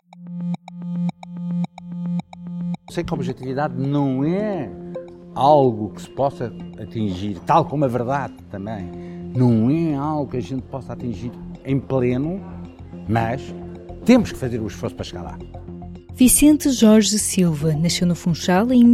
Sei que a objetividade não é algo que se possa atingir, tal como a verdade também. Não é algo que a gente possa atingir em pleno, mas temos que fazer o esforço para chegar lá. Vicente Jorge Silva nasceu no Funchal em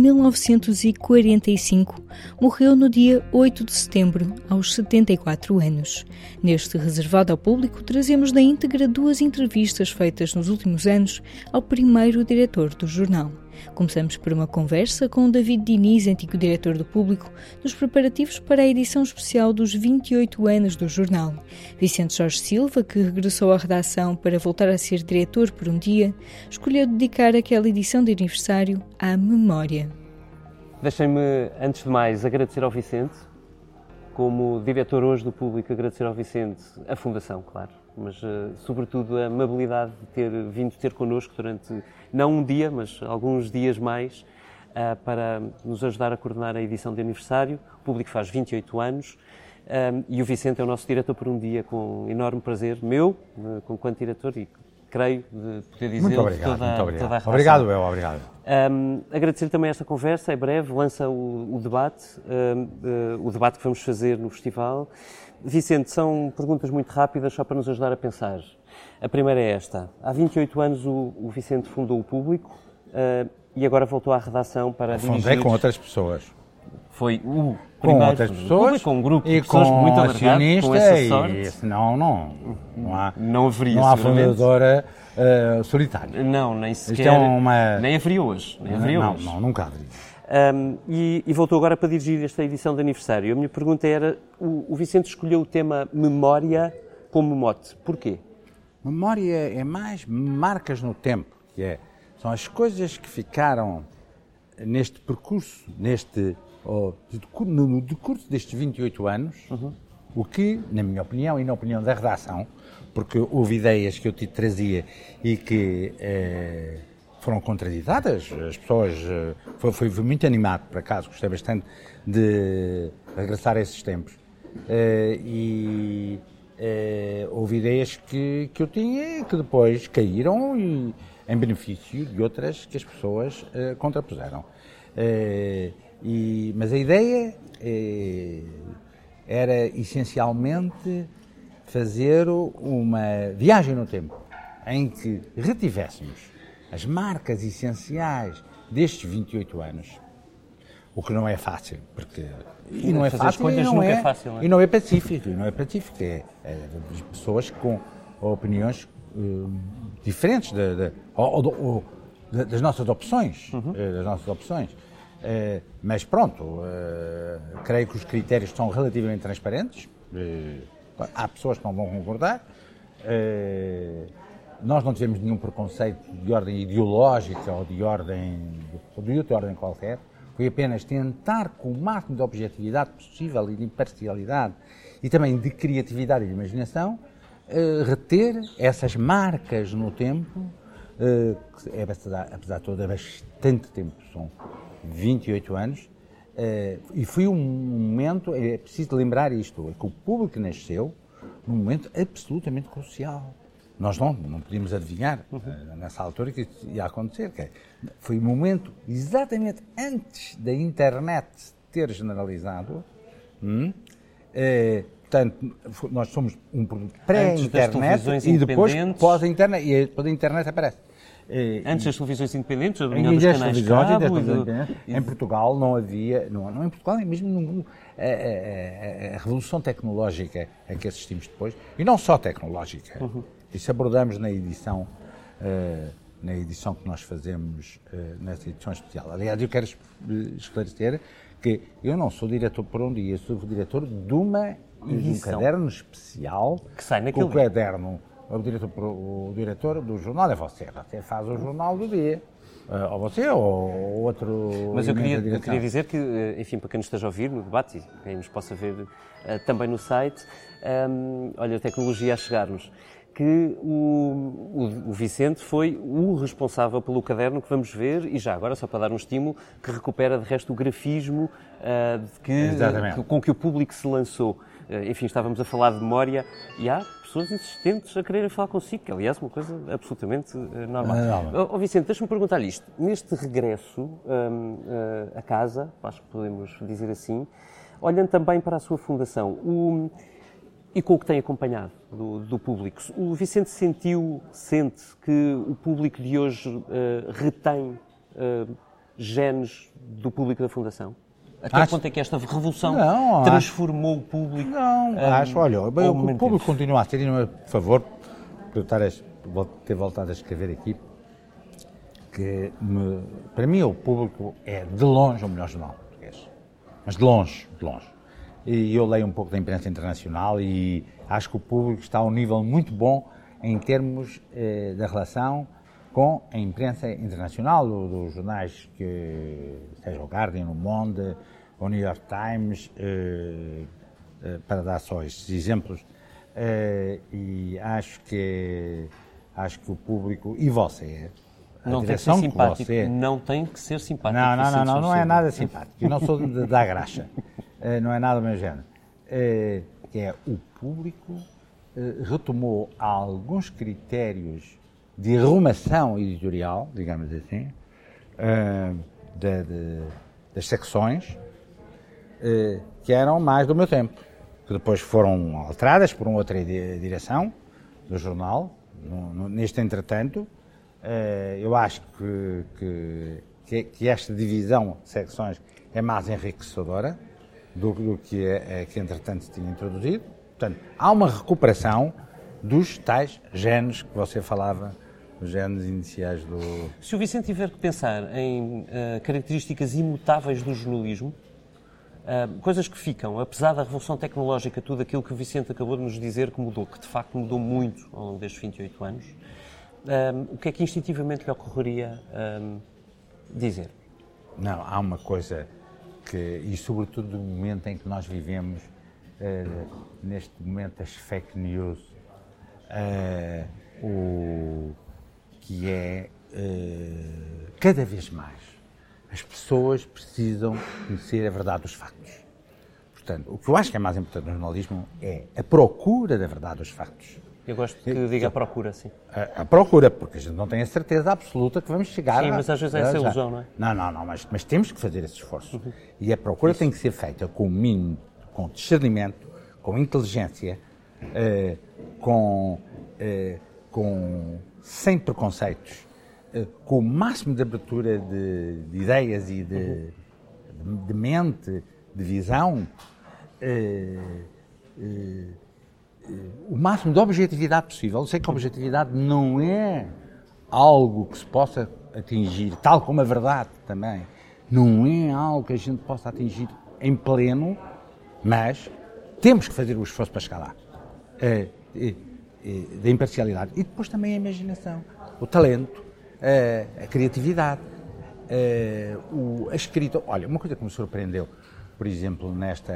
1945. Morreu no dia 8 de setembro, aos 74 anos. Neste reservado ao público, trazemos na íntegra 2 entrevistas feitas nos últimos anos ao primeiro diretor do jornal. Começamos por uma conversa com David Diniz, antigo diretor do Público, nos preparativos para a edição especial dos 28 anos do jornal. Vicente Jorge Silva, que regressou à redação para voltar a ser diretor por um dia, escolheu dedicar aquela edição de aniversário à memória. Deixem-me, antes de mais, agradecer ao Vicente, como diretor hoje do Público, agradecer ao Vicente a Fundação, claro, mas sobretudo a amabilidade de ter vindo ter connosco durante, não um dia, mas alguns dias mais, para nos ajudar a coordenar a edição de aniversário. O Público faz 28 anos e o Vicente é o nosso diretor por um dia, com enorme prazer, meu, enquanto diretor, e creio de poder dizer toda a relação. Obrigado, obrigado. Agradecer também esta conversa, é breve, lança o debate que vamos fazer no festival. Vicente, são perguntas muito rápidas, só para nos ajudar a pensar. A primeira é esta. Há 28 anos o Vicente fundou o Público e agora voltou à redação para dirigir... Fundei com outras pessoas. Foi o com primeiro outras pessoas, com um grupo de e pessoas com muito alargado, com essa sorte. E senão não haveria, não há fundadora solitária. Não, nem sequer. Nem haveria hoje. Não, nunca haveria. E voltou agora para dirigir esta edição de aniversário. A minha pergunta era, o Vicente escolheu o tema memória como mote. Porquê? Memória é mais marcas no tempo, são as coisas que ficaram neste percurso, no decurso destes 28 anos, o que, na minha opinião e na opinião da redação, porque houve ideias que eu te trazia e que foram contraditadas, as pessoas... Foi muito animado, por acaso, gostei bastante de regressar a esses tempos. Houve ideias que eu tinha que depois caíram em benefício de outras que as pessoas contrapuseram. Mas a ideia era essencialmente fazer uma viagem no tempo em que retivéssemos as marcas essenciais destes 28 anos, o que não é fácil, porque não é fácil e não é pacífico, é pessoas com opiniões diferentes das nossas opções, mas pronto, creio que os critérios são relativamente transparentes, há pessoas que não vão concordar, nós não tivemos nenhum preconceito de ordem ideológica ou de outra ordem qualquer, foi apenas tentar, com o máximo de objetividade possível e de imparcialidade e também de criatividade e de imaginação, reter essas marcas no tempo, que é, apesar de tudo, é bastante tempo, são 28 anos, e foi um momento, é preciso lembrar isto, é que o Público nasceu num momento absolutamente crucial. Nós não podíamos adivinhar nessa altura que isso ia acontecer. Foi um momento exatamente antes da internet ter generalizado. Portanto, nós somos um produto pré-internet e depois pós-internet. E depois a internet aparece. Antes das televisões independentes, dos canais de cabo, em Portugal não havia, não em Portugal, mesmo no mundo, a revolução tecnológica a que assistimos depois, e não só tecnológica, isso abordamos na edição que nós fazemos nessa edição especial. Aliás, eu quero esclarecer que eu não sou diretor por um dia, sou diretor de um caderno especial, que sai naquele caderno. O diretor do jornal é você faz o jornal do dia, ou você ou outro... Mas eu queria dizer que, enfim, para quem nos esteja a ouvir no debate, e quem nos possa ver também no site, olha, a tecnologia a chegar-nos, que o Vicente foi o responsável pelo caderno que vamos ver, e já agora, só para dar um estímulo, que recupera de resto o grafismo com que o Público se lançou. enfim, estávamos a falar de memória e há pessoas insistentes a quererem falar consigo, que aliás é uma coisa absolutamente normal. Vicente, deixa-me perguntar-lhe isto. Neste regresso a casa, acho que podemos dizer assim, olhando também para a sua fundação, e com o que tem acompanhado do público, o Vicente sente que o público de hoje retém genes do público da Fundação? Até que ponto é que esta revolução transformou o público? Não, acho, olha, o público continua a ser, e por favor, por eu ter voltado a escrever aqui, que para mim o público é de longe o melhor jornal português. Mas de longe, de longe. E eu leio um pouco da imprensa internacional e acho que o público está a um nível muito bom em termos da relação com a imprensa internacional, dos jornais que seja o Guardian, o Monde, o New York Times, para dar só estes exemplos. E acho que o público, e você, não tem que ser simpático, não tem que ser simpático. Não é nada simpático, eu não sou de dar graxa, não é nada do meu género. O público retomou alguns critérios de arrumação editorial, digamos assim, das secções, que eram mais do meu tempo, que depois foram alteradas por uma outra direção do jornal. Neste entretanto, eu acho que esta divisão de secções é mais enriquecedora do que entretanto se tinha introduzido. Portanto, há uma recuperação dos tais genes que você falava, os genes iniciais do... Se o Vicente tiver que pensar em características imutáveis do jornalismo, coisas que ficam, apesar da revolução tecnológica, tudo aquilo que o Vicente acabou de nos dizer que mudou, que de facto mudou muito ao longo destes 28 anos, o que é que instintivamente lhe ocorreria dizer? Não, há uma coisa que, e sobretudo no momento em que nós vivemos, neste momento das fake news, que é cada vez mais as pessoas precisam conhecer a verdade dos factos. Portanto, o que eu acho que é mais importante no jornalismo é a procura da verdade dos factos. Eu gosto que diga a procura, sim. A procura, porque a gente não tem a certeza absoluta que vamos chegar. Sim, mas às vezes é essa ilusão, não é? Não, mas temos que fazer esse esforço. E a procura tem que ser feita com o mínimo, com discernimento, com inteligência, sem preconceitos, com o máximo de abertura de ideias e de mente, de visão, o máximo de objetividade possível. Eu sei que a objetividade não é algo que se possa atingir, tal como a verdade também, não é algo que a gente possa atingir em pleno, mas temos que fazer o esforço para chegar lá. Da imparcialidade. E depois também a imaginação, o talento, a criatividade, a escrita. Olha, uma coisa que me surpreendeu, por exemplo,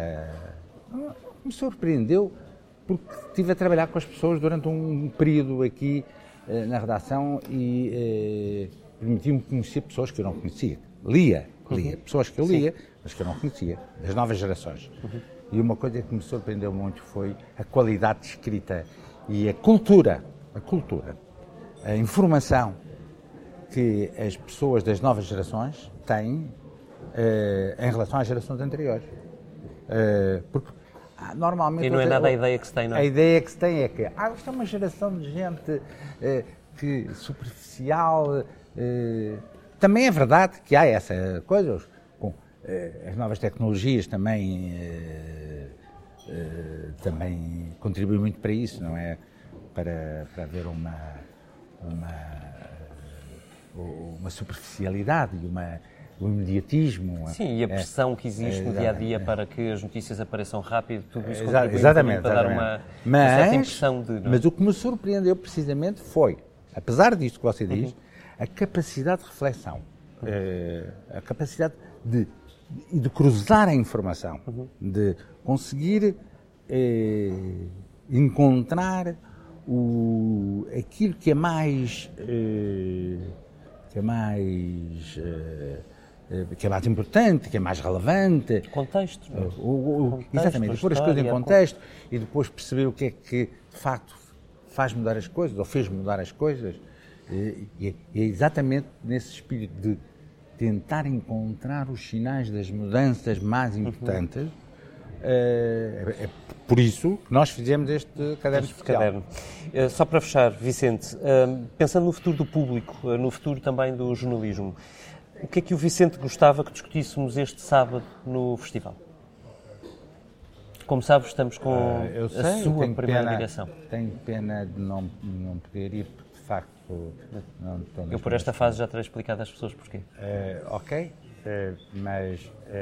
me surpreendeu porque estive a trabalhar com as pessoas durante um período aqui na redação e permitiu-me conhecer pessoas que eu não conhecia. Lia, pessoas que eu lia, mas que eu não conhecia, das novas gerações. E uma coisa que me surpreendeu muito foi a qualidade de escrita e a cultura, a informação que as pessoas das novas gerações têm em relação às gerações anteriores. Porque normalmente... E não é nada a ideia que se tem, não é? A ideia que se tem é que isto é uma geração de gente superficial. Também é verdade que há essa coisa, com as novas tecnologias também contribuem muito para isso, não é? Para haver uma superficialidade e o imediatismo. Sim, e a pressão que existe no dia-a-dia para que as notícias apareçam rápido, tudo isso contribui exatamente, para dar uma certa impressão de... Mas o que me surpreendeu precisamente foi, apesar disto que você diz, a capacidade de reflexão, a capacidade de cruzar a informação, de conseguir encontrar aquilo que é mais que é mais importante, que é mais relevante. Contexto. Exatamente, pôr as coisas em contexto e depois perceber o que é que, de facto, faz mudar as coisas, ou fez mudar as coisas. E é exatamente nesse espírito de tentar encontrar os sinais das mudanças mais importantes. É por isso que nós fizemos este caderno especial. Só para fechar, Vicente, pensando no futuro do público, no futuro também do jornalismo, o que é que o Vicente gostava que discutíssemos este sábado no festival? Como sabes, estamos com a sua primeira direção. Tenho pena de não poder ir, porque de facto não estou... Eu por esta fase já terei explicado às pessoas porquê. Ok, mas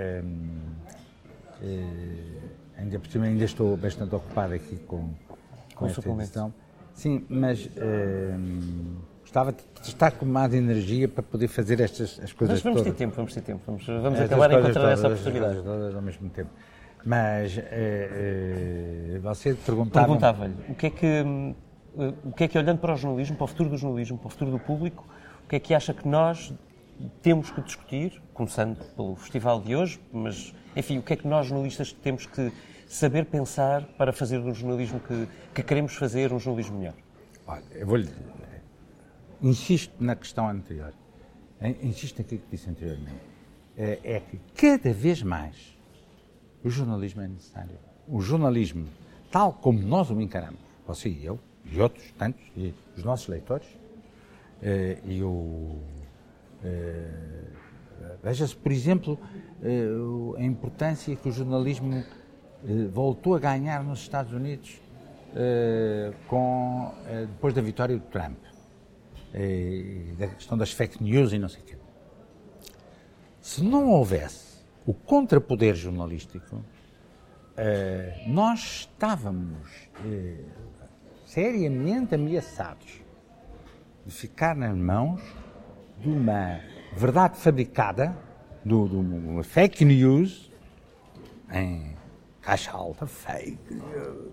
ainda por cima ainda estou bastante ocupado aqui com esta edição. Sim, mas gostava de estar com mais energia para poder fazer as coisas todas. Mas vamos ter tempo, vamos acabar a encontrar essa oportunidade. Todas ao mesmo tempo. Mas você perguntava-lhe o que é que olhando para o jornalismo, para o futuro do jornalismo, para o futuro do público, o que é que acha que nós temos que discutir, começando pelo festival de hoje, mas, enfim, o que é que nós jornalistas temos que saber pensar para fazer do jornalismo que queremos fazer um jornalismo melhor? Olha, eu vou-lhe dizer, insisto na questão anterior, insisto naquilo que disse anteriormente, é que cada vez mais o jornalismo é necessário. O jornalismo, tal como nós o encaramos, você e eu, e outros tantos, e os nossos leitores, veja-se, por exemplo, a importância que o jornalismo voltou a ganhar nos Estados Unidos depois da vitória do Trump, da questão das fake news e não sei o quê. Se não houvesse o contrapoder jornalístico, nós estávamos seriamente ameaçados de ficar nas mãos de uma verdade fabricada, de uma fake news, em caixa alta, fake news,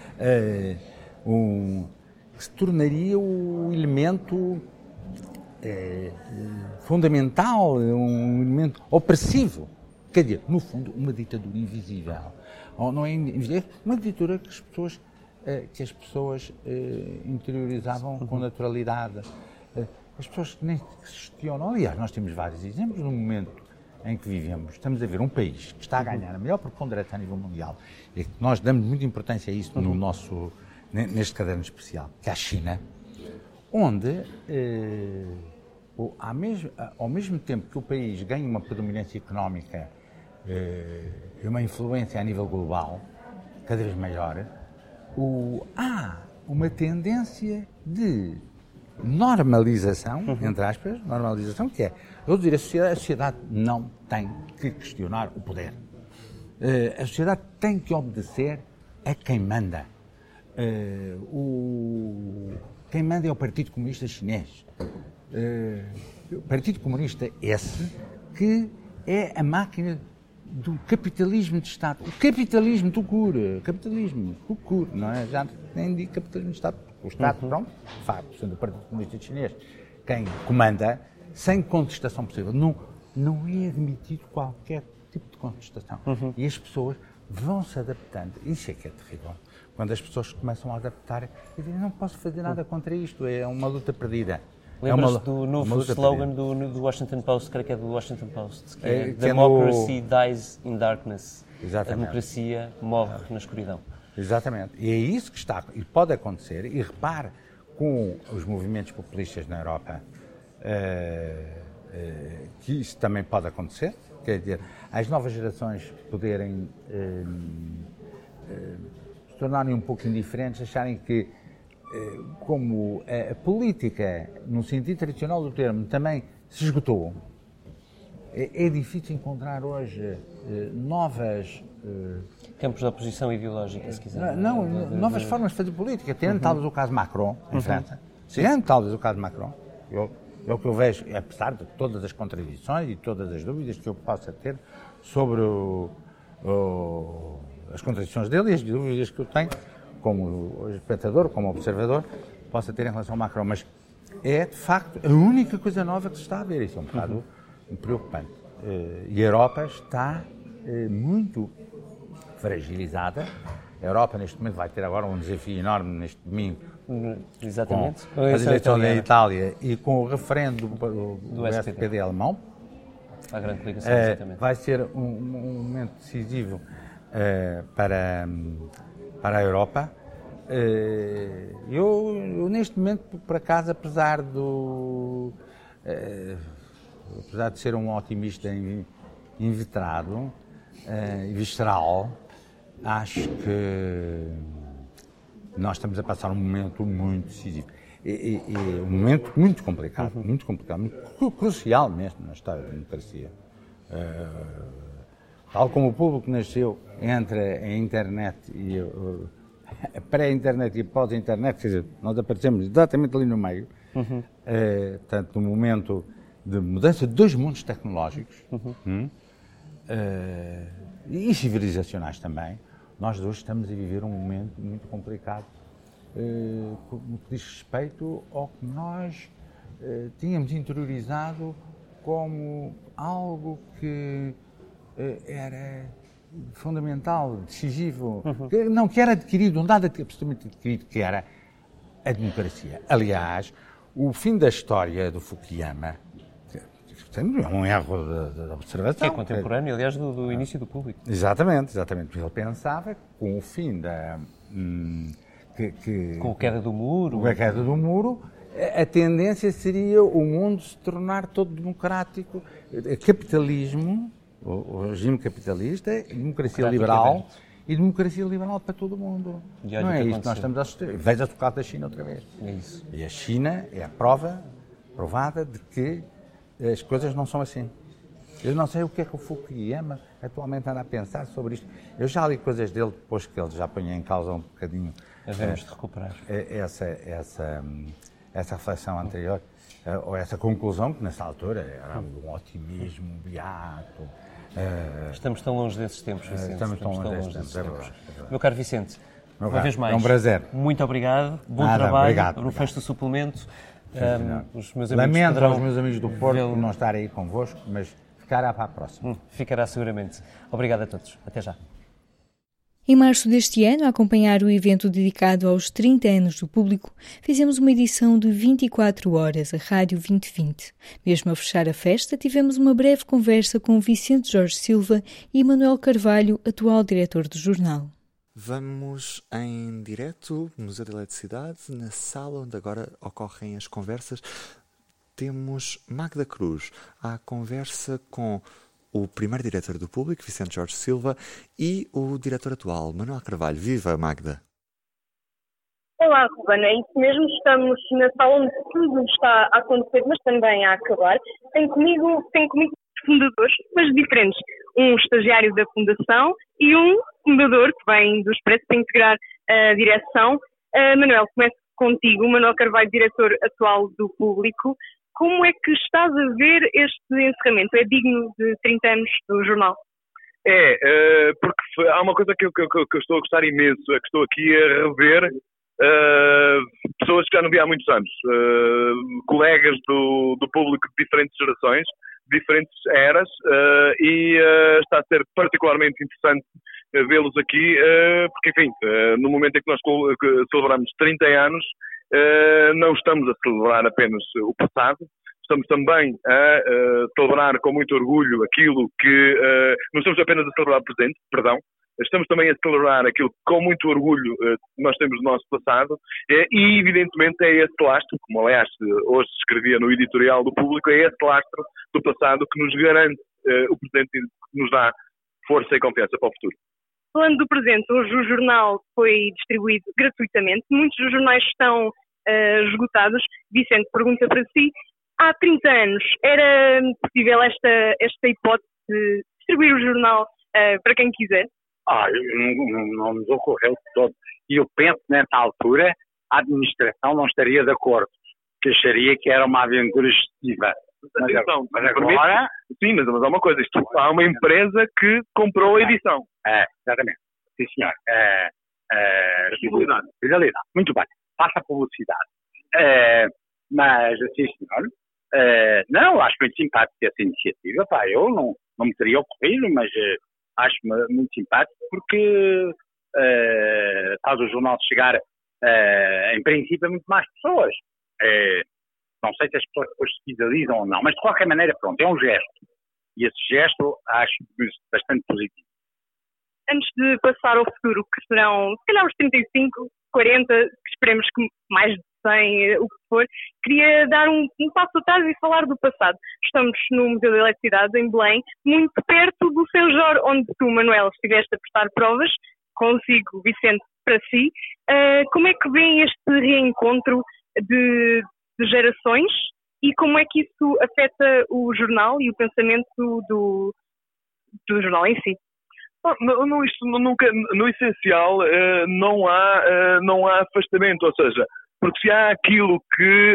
que se tornaria o elemento fundamental, um elemento opressivo. Quer dizer, no fundo, uma ditadura invisível. Ou não é invisível, uma ditadura que as pessoas interiorizavam com naturalidade. As pessoas que nem se questionam. Aliás, nós temos vários exemplos no momento em que vivemos. Estamos a ver um país que está a ganhar a maior preponderância a nível mundial, e que nós damos muita importância a isso neste caderno especial, que é a China, onde, ao mesmo tempo que o país ganha uma predominância económica e uma influência a nível global cada vez maior, há uma tendência de normalização, entre aspas, normalização, que é, eu dizer, a sociedade não tem que questionar o poder. A sociedade tem que obedecer a quem manda. Quem manda é o Partido Comunista Chinês. O Partido Comunista esse que é a máquina do capitalismo de Estado. O capitalismo do cura. Capitalismo do cura, não é? Já nem digo capitalismo de Estado. O Estado, pronto, de facto, sendo o Partido Comunista Chinês quem comanda, sem contestação possível. Não é admitido qualquer tipo de contestação. E as pessoas vão se adaptando. Isso é que é terrível. Quando as pessoas começam a adaptar, eu digo, não posso fazer nada contra isto, é uma luta perdida. Lembras-te do novo slogan do Washington Post, creio que é do Washington Post, que é Democracy dies in darkness. Exatamente. A democracia morre na escuridão. Exatamente. E é isso que está e pode acontecer. E repare, com os movimentos populistas na Europa, que isso também pode acontecer. Quer dizer, as novas gerações poderem se tornarem um pouco indiferentes, acharem que, como a política, no sentido tradicional do termo, também se esgotou, é difícil encontrar hoje novas... campos de oposição ideológica, se quiser. Novas formas de fazer política. Tendo talvez o caso Macron, em França. Tendo talvez o caso Macron. É o que eu vejo, apesar de todas as contradições e todas as dúvidas que eu possa ter sobre as contradições dele e as dúvidas que eu tenho, como espectador, como observador, possa ter em relação ao Macron. Mas é, de facto, a única coisa nova que se está a ver. Isso é um bocado preocupante. E a Europa está muito fragilizada. A Europa, neste momento, vai ter agora um desafio enorme neste domingo. Exatamente. Com as eleições da Itália e com o referendo do SPD alemão. A grande coligação, exatamente. Vai ser um momento decisivo para a Europa. Eu, neste momento, por acaso, apesar de ser um otimista inveterado e visceral, acho que nós estamos a passar um momento muito decisivo. Um momento muito complicado, muito crucial mesmo na história da democracia. Tal como o público nasceu entre a internet e a pré-internet e a pós-internet, quer dizer, nós aparecemos exatamente ali no meio, portanto, num momento de mudança de dois mundos tecnológicos e civilizacionais também. Nós hoje estamos a viver um momento muito complicado no que diz respeito ao que nós tínhamos interiorizado como algo que era fundamental, decisivo, que era adquirido, um dado absolutamente adquirido, que era a democracia. Aliás, o fim da história do Fukuyama é um erro de observação. Que é contemporâneo, aliás, do início do público. Exatamente. Ele pensava que com o fim da... com a queda do muro. Com a queda do muro, a tendência seria o mundo se tornar todo democrático. Capitalismo, o regime capitalista, democracia liberal, e democracia liberal para todo o mundo. Não é isto que nós estamos a assistir. Veja-se o caso da China outra vez. É isso. E a China é a provada de que as coisas não são assim. Eu não sei o que é que o Fukuyama atualmente anda a pensar sobre isto. Eu já li coisas dele depois que ele já põe em causa um bocadinho havemos de recuperar essa reflexão anterior, ou essa conclusão que nessa altura era um otimismo beato. Estamos tão longe desses tempos, Vicente. Estamos tão longe desses tempos, é verdade. Meu caro Vicente, uma vez mais, é um prazer. Muito obrigado, bom trabalho, obrigado. No Fecho do Suplemento. Os meus amigos lamento aos meus amigos do Porto não estar aí convosco, mas ficará para a próxima. Ficará seguramente. Obrigado a todos. Até já. Em março deste ano, a acompanhar o evento dedicado aos 30 anos do Público, fizemos uma edição de 24 horas, a Rádio 2020. Mesmo a fechar a festa, tivemos uma breve conversa com Vicente Jorge Silva e Manuel Carvalho, atual diretor do jornal. Vamos em direto, Museu da Eletricidade, na sala onde agora ocorrem as conversas. Temos Magda Cruz à conversa com o primeiro diretor do Público, Vicente Jorge Silva, e o diretor atual, Manuel Carvalho. Viva, Magda! Olá, Ruben, é isso mesmo. Estamos na sala onde tudo está a acontecer, mas também a acabar. Tenho comigo fundadores, mas diferentes. Um estagiário da Fundação e um fundador que vem do Expresso para integrar a direção. Manuel, começo contigo. Manuel Carvalho, diretor atual do Público. Como é que estás a ver este encerramento? É digno de 30 anos do jornal? Porque há uma coisa que eu estou a gostar imenso, é que estou aqui a rever pessoas que já não vi há muitos anos, colegas do Público de diferentes gerações, diferentes eras, e está a ser particularmente interessante vê-los aqui, porque, enfim, no momento em que nós celebramos 30 anos, não estamos a celebrar apenas o passado, estamos também a celebrar com muito orgulho aquilo que... não estamos apenas a celebrar o presente, estamos também a celebrar aquilo que com muito orgulho nós temos do nosso passado, e evidentemente é esse lastro, como aliás hoje se escrevia no editorial do Público, é esse lastro do passado que nos garante o presente e que nos dá força e confiança para o futuro. Falando do presente, hoje o jornal foi distribuído gratuitamente, muitos dos jornais estão esgotados. Vicente, pergunta para si, há 30 anos era possível esta hipótese de distribuir o jornal para quem quiser? Não nos ocorreu de todo. E eu penso, nessa altura, a administração não estaria de acordo, que acharia que era uma aventura excessiva. Mas agora... Sim, mas há uma coisa, há uma empresa que comprou a edição. Exatamente. Sim, senhor. Fidelidade. Muito bem. Faça a publicidade. Mas, sim, senhor, Não, acho muito simpático essa iniciativa. Pá, eu não me teria ocorrido, mas acho muito simpático porque faz o jornal chegar, em princípio, a muito mais pessoas. Não sei se as pessoas depois se visualizam ou não, mas de qualquer maneira, pronto, é um gesto. E esse gesto acho bastante positivo. Antes de passar ao futuro, que serão, se calhar, os 35, 40, que esperemos que mais de 100, o que for, queria dar um passo atrás e falar do passado. Estamos no Museu da Eletricidade, em Belém, muito perto do São Jorge, onde tu, Manuel, estiveste a prestar provas, consigo, Vicente, para si. Como é que vem este reencontro de gerações e como é que isso afeta o jornal e o pensamento do jornal em si? No essencial não há afastamento, ou seja, porque se há aquilo que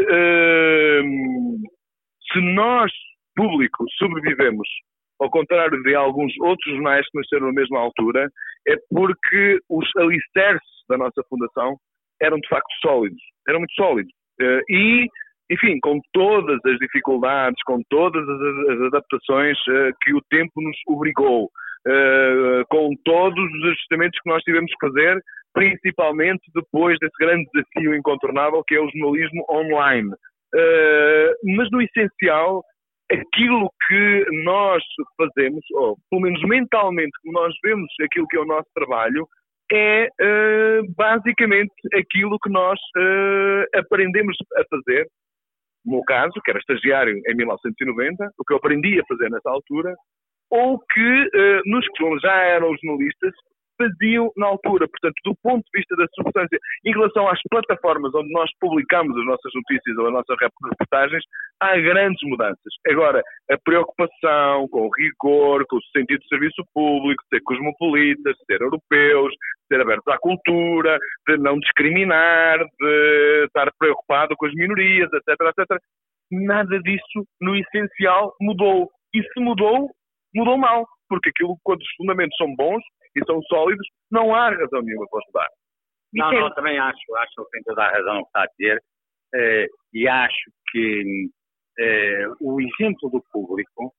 se nós, público, sobrevivemos, ao contrário de alguns outros jornais que nasceram na mesma altura, é porque os alicerces da nossa fundação eram de facto sólidos, eram muito sólidos. E, enfim, com todas as dificuldades, com todas as adaptações que o tempo nos obrigou, com todos os ajustamentos que nós tivemos que fazer, principalmente depois desse grande desafio incontornável que é o jornalismo online. Mas no essencial, aquilo que nós fazemos, ou pelo menos mentalmente, como nós vemos aquilo que é o nosso trabalho, é basicamente aquilo que nós aprendemos a fazer. No meu caso, que era estagiário em 1990, o que eu aprendi a fazer nessa altura, ou que nos que já eram jornalistas faziam na altura. Portanto, do ponto de vista da substância, em relação às plataformas onde nós publicamos as nossas notícias ou as nossas reportagens, há grandes mudanças. Agora, a preocupação com o rigor, com o sentido de serviço público, de ser cosmopolitas, de ser europeus, de ser abertos à cultura, de não discriminar, de estar preocupado com as minorias, etc., etc. Nada disso, no essencial, mudou. E se mudou, mudou mal. Porque aquilo, quando os fundamentos são bons e são sólidos, não há razão nenhuma para mudar. Não, também acho que tem toda a razão no que está a dizer, e acho que o exemplo do público,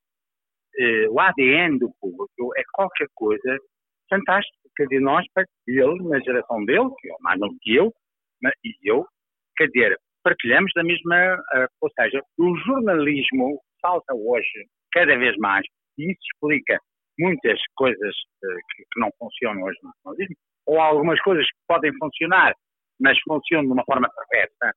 o ADN do público é qualquer coisa fantástica. Quer dizer, nós, ele, na geração dele, que é mais novo que eu, e eu, quer dizer, partilhamos da mesma, ou seja, o jornalismo salta hoje cada vez mais, e isso explica muitas coisas que não funcionam hoje no jornalismo, ou algumas coisas que podem funcionar, mas funcionam de uma forma perversa,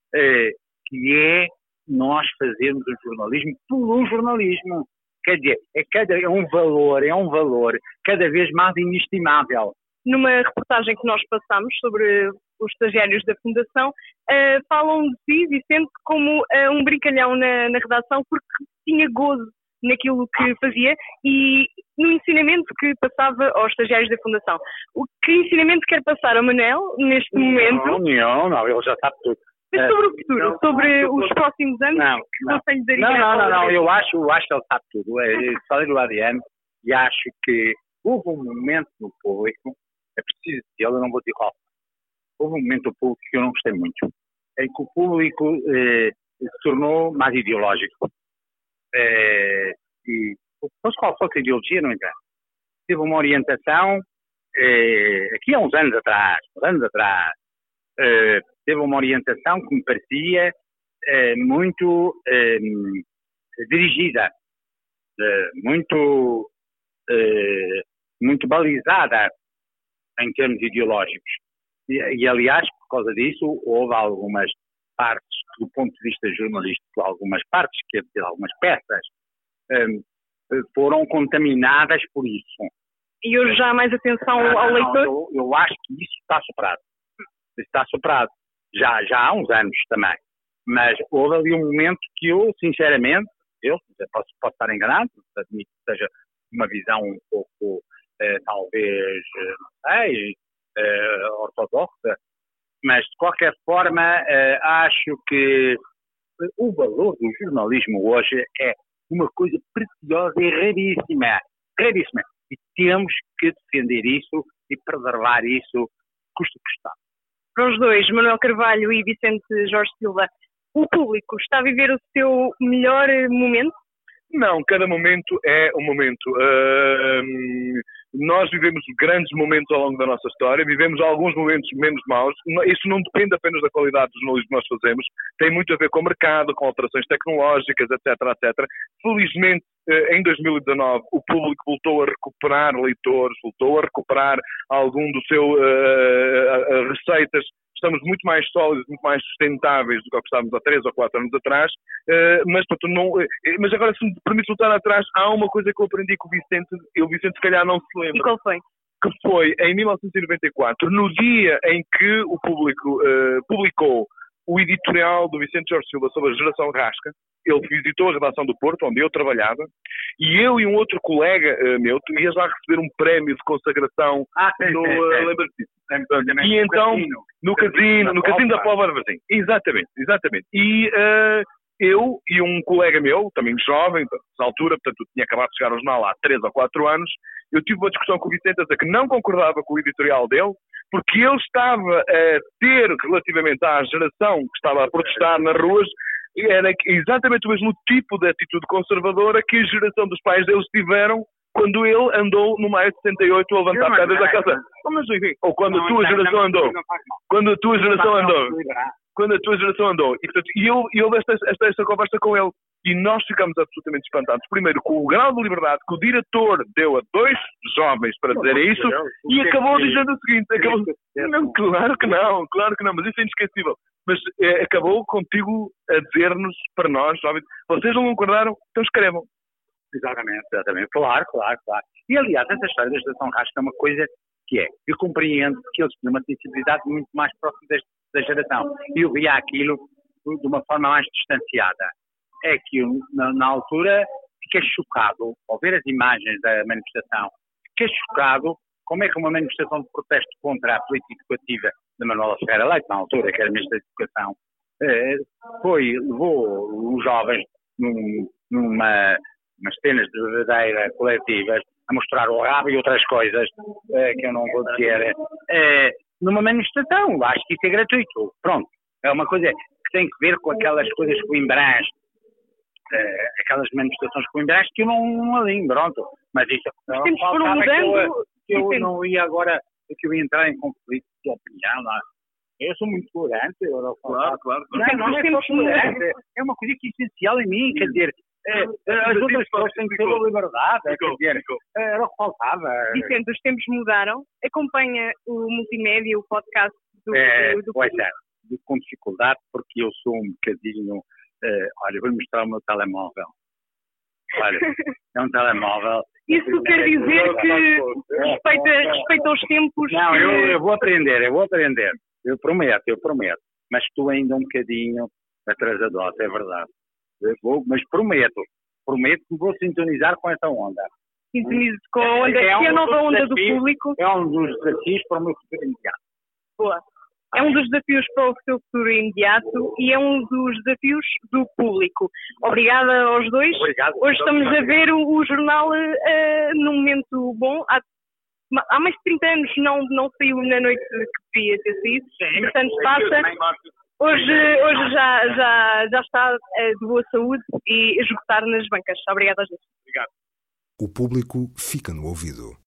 que é nós fazermos o jornalismo pelo jornalismo. Quer dizer, é um valor cada vez mais inestimável. Numa reportagem que nós passamos sobre os estagiários da Fundação, falam de si, Vicente, como um brincalhão na redação, porque tinha gozo naquilo que fazia e no ensinamento que passava aos estagiários da Fundação. Que ensinamento quer passar ao Manel neste momento? Não, ele já sabe tudo. Mas sobre o futuro, sobre os próximos anos, que conselho daria? Não, eu acho que ele sabe tudo. Falei do ADN e acho que houve um momento no público, é preciso dizer, eu não vou dizer qual. Houve um momento no público que eu não gostei muito, em que o público se tornou mais ideológico. E qual fosse a ideologia, não interessa. Teve uma orientação, aqui há uns anos atrás, teve uma orientação que me parecia muito dirigida, muito balizada em termos ideológicos. E, aliás, por causa disso, houve algumas partes, do ponto de vista jornalístico, algumas partes, quer dizer, algumas peças, foram contaminadas por isso. E hoje já há mais atenção ao leitor? Eu acho que isso está superado. Está superado. Já há uns anos também. Mas houve ali um momento que eu, sinceramente, posso estar enganado, admito que seja uma visão um pouco, talvez, não sei, ortodoxa, mas de qualquer forma acho que o valor do jornalismo hoje é uma coisa preciosa e raríssima. E temos que defender isso e preservar isso, custo que está. Para os dois, Manuel Carvalho e Vicente Jorge Silva, o público está a viver o seu melhor momento? Não, cada momento é um momento. Nós vivemos grandes momentos ao longo da nossa história, vivemos alguns momentos menos maus. Isso não depende apenas da qualidade do jornalismo que nós fazemos, tem muito a ver com o mercado, com alterações tecnológicas, etc, etc. Felizmente, em 2019, o público voltou a recuperar leitores, voltou a recuperar algum do seu receitas. Estamos muito mais sólidos, muito mais sustentáveis do que estávamos há 3 ou 4 anos atrás, mas agora, se me permite voltar atrás, há uma coisa que eu aprendi com o Vicente, e o Vicente se calhar não se lembra. E qual foi? Que foi em 1994, no dia em que o público publicou o editorial do Vicente Jorge Silva sobre a geração Rasca. Ele visitou a redação do Porto, onde eu trabalhava, e eu e um outro colega meu, tu ias lá receber um prémio de consagração lembra-te disso? E então, no casino da Póvoa de Varzim. Exatamente. E eu e um colega meu, também jovem, nessa altura, portanto, eu tinha acabado de chegar ao jornal há 3 ou 4 anos, eu tive uma discussão com o Vicente a dizer que não concordava com o editorial dele, porque ele estava a ter, relativamente à geração que estava a protestar nas ruas, era exatamente o mesmo tipo de atitude conservadora que a geração dos pais deles tiveram quando ele andou no maio de 68 a levantar pedras da casa. Mas enfim, ou quando a tua geração andou. Quando a tua geração andou. E, portanto, eu houve esta conversa com ele. E nós ficamos absolutamente espantados. Primeiro, com o grau de liberdade que o diretor deu a 2 jovens para dizer isso, e acabou dizendo o seguinte: não, claro que não, mas isso é inesquecível. Mas acabou contigo a dizer-nos, para nós, jovens, vocês não concordaram? Então escrevam. Exatamente. Claro. E, aliás, essa história da geração Rasca é uma coisa que eu compreendo que eles têm uma sensibilidade muito mais próxima da geração. E eu via aquilo de uma forma mais distanciada. É que eu, na altura, fiquei chocado ao ver as imagens da manifestação. Fiquei chocado como é que uma manifestação de protesto contra a política educativa de Manuela Ferreira Leite, na altura, que era Ministra da Educação, levou os jovens numas cenas de verdadeira coletivas a mostrar o rabo e outras coisas que eu não vou dizer, numa manifestação. Acho que isso é gratuito. Pronto. É uma coisa que tem que ver com aquelas coisas coimbrãs, aquelas manifestações coimbrãs que eu não alinho, pronto. Mas isso não foram mudando. Eu não ia agora, que eu ia entrar em conflito de opinião lá. Eu sou muito tolerante. Claro. Não é só tolerante. É uma coisa que é essencial em mim, quer dizer, as outras pessoas têm que ter a liberdade, era o que faltava. Vicente, os tempos mudaram. Acompanha o multimédia, o podcast do pois é, com dificuldade, porque eu sou um bocadinho... olha, vou mostrar o meu telemóvel. Olha, é um telemóvel. Isso quer dizer que respeita os tempos? Não, eu vou aprender. Eu prometo. Mas estou ainda um bocadinho atrasador, é verdade. Mas prometo que vou sintonizar com essa onda. Sintonize com a onda, que é a nova onda do público. É um dos desafios para o meu futuro imediato. Boa. É um dos desafios para o seu futuro imediato e é um dos desafios do público. Obrigada aos dois. Obrigado. Hoje estamos a ver o jornal num momento bom. Há mais de 30 anos não saiu na noite que devia ter saído. Portanto, passa. Hoje já está de boa saúde e a esgotar nas bancas. Obrigada aos dois. Obrigado. O público fica no ouvido.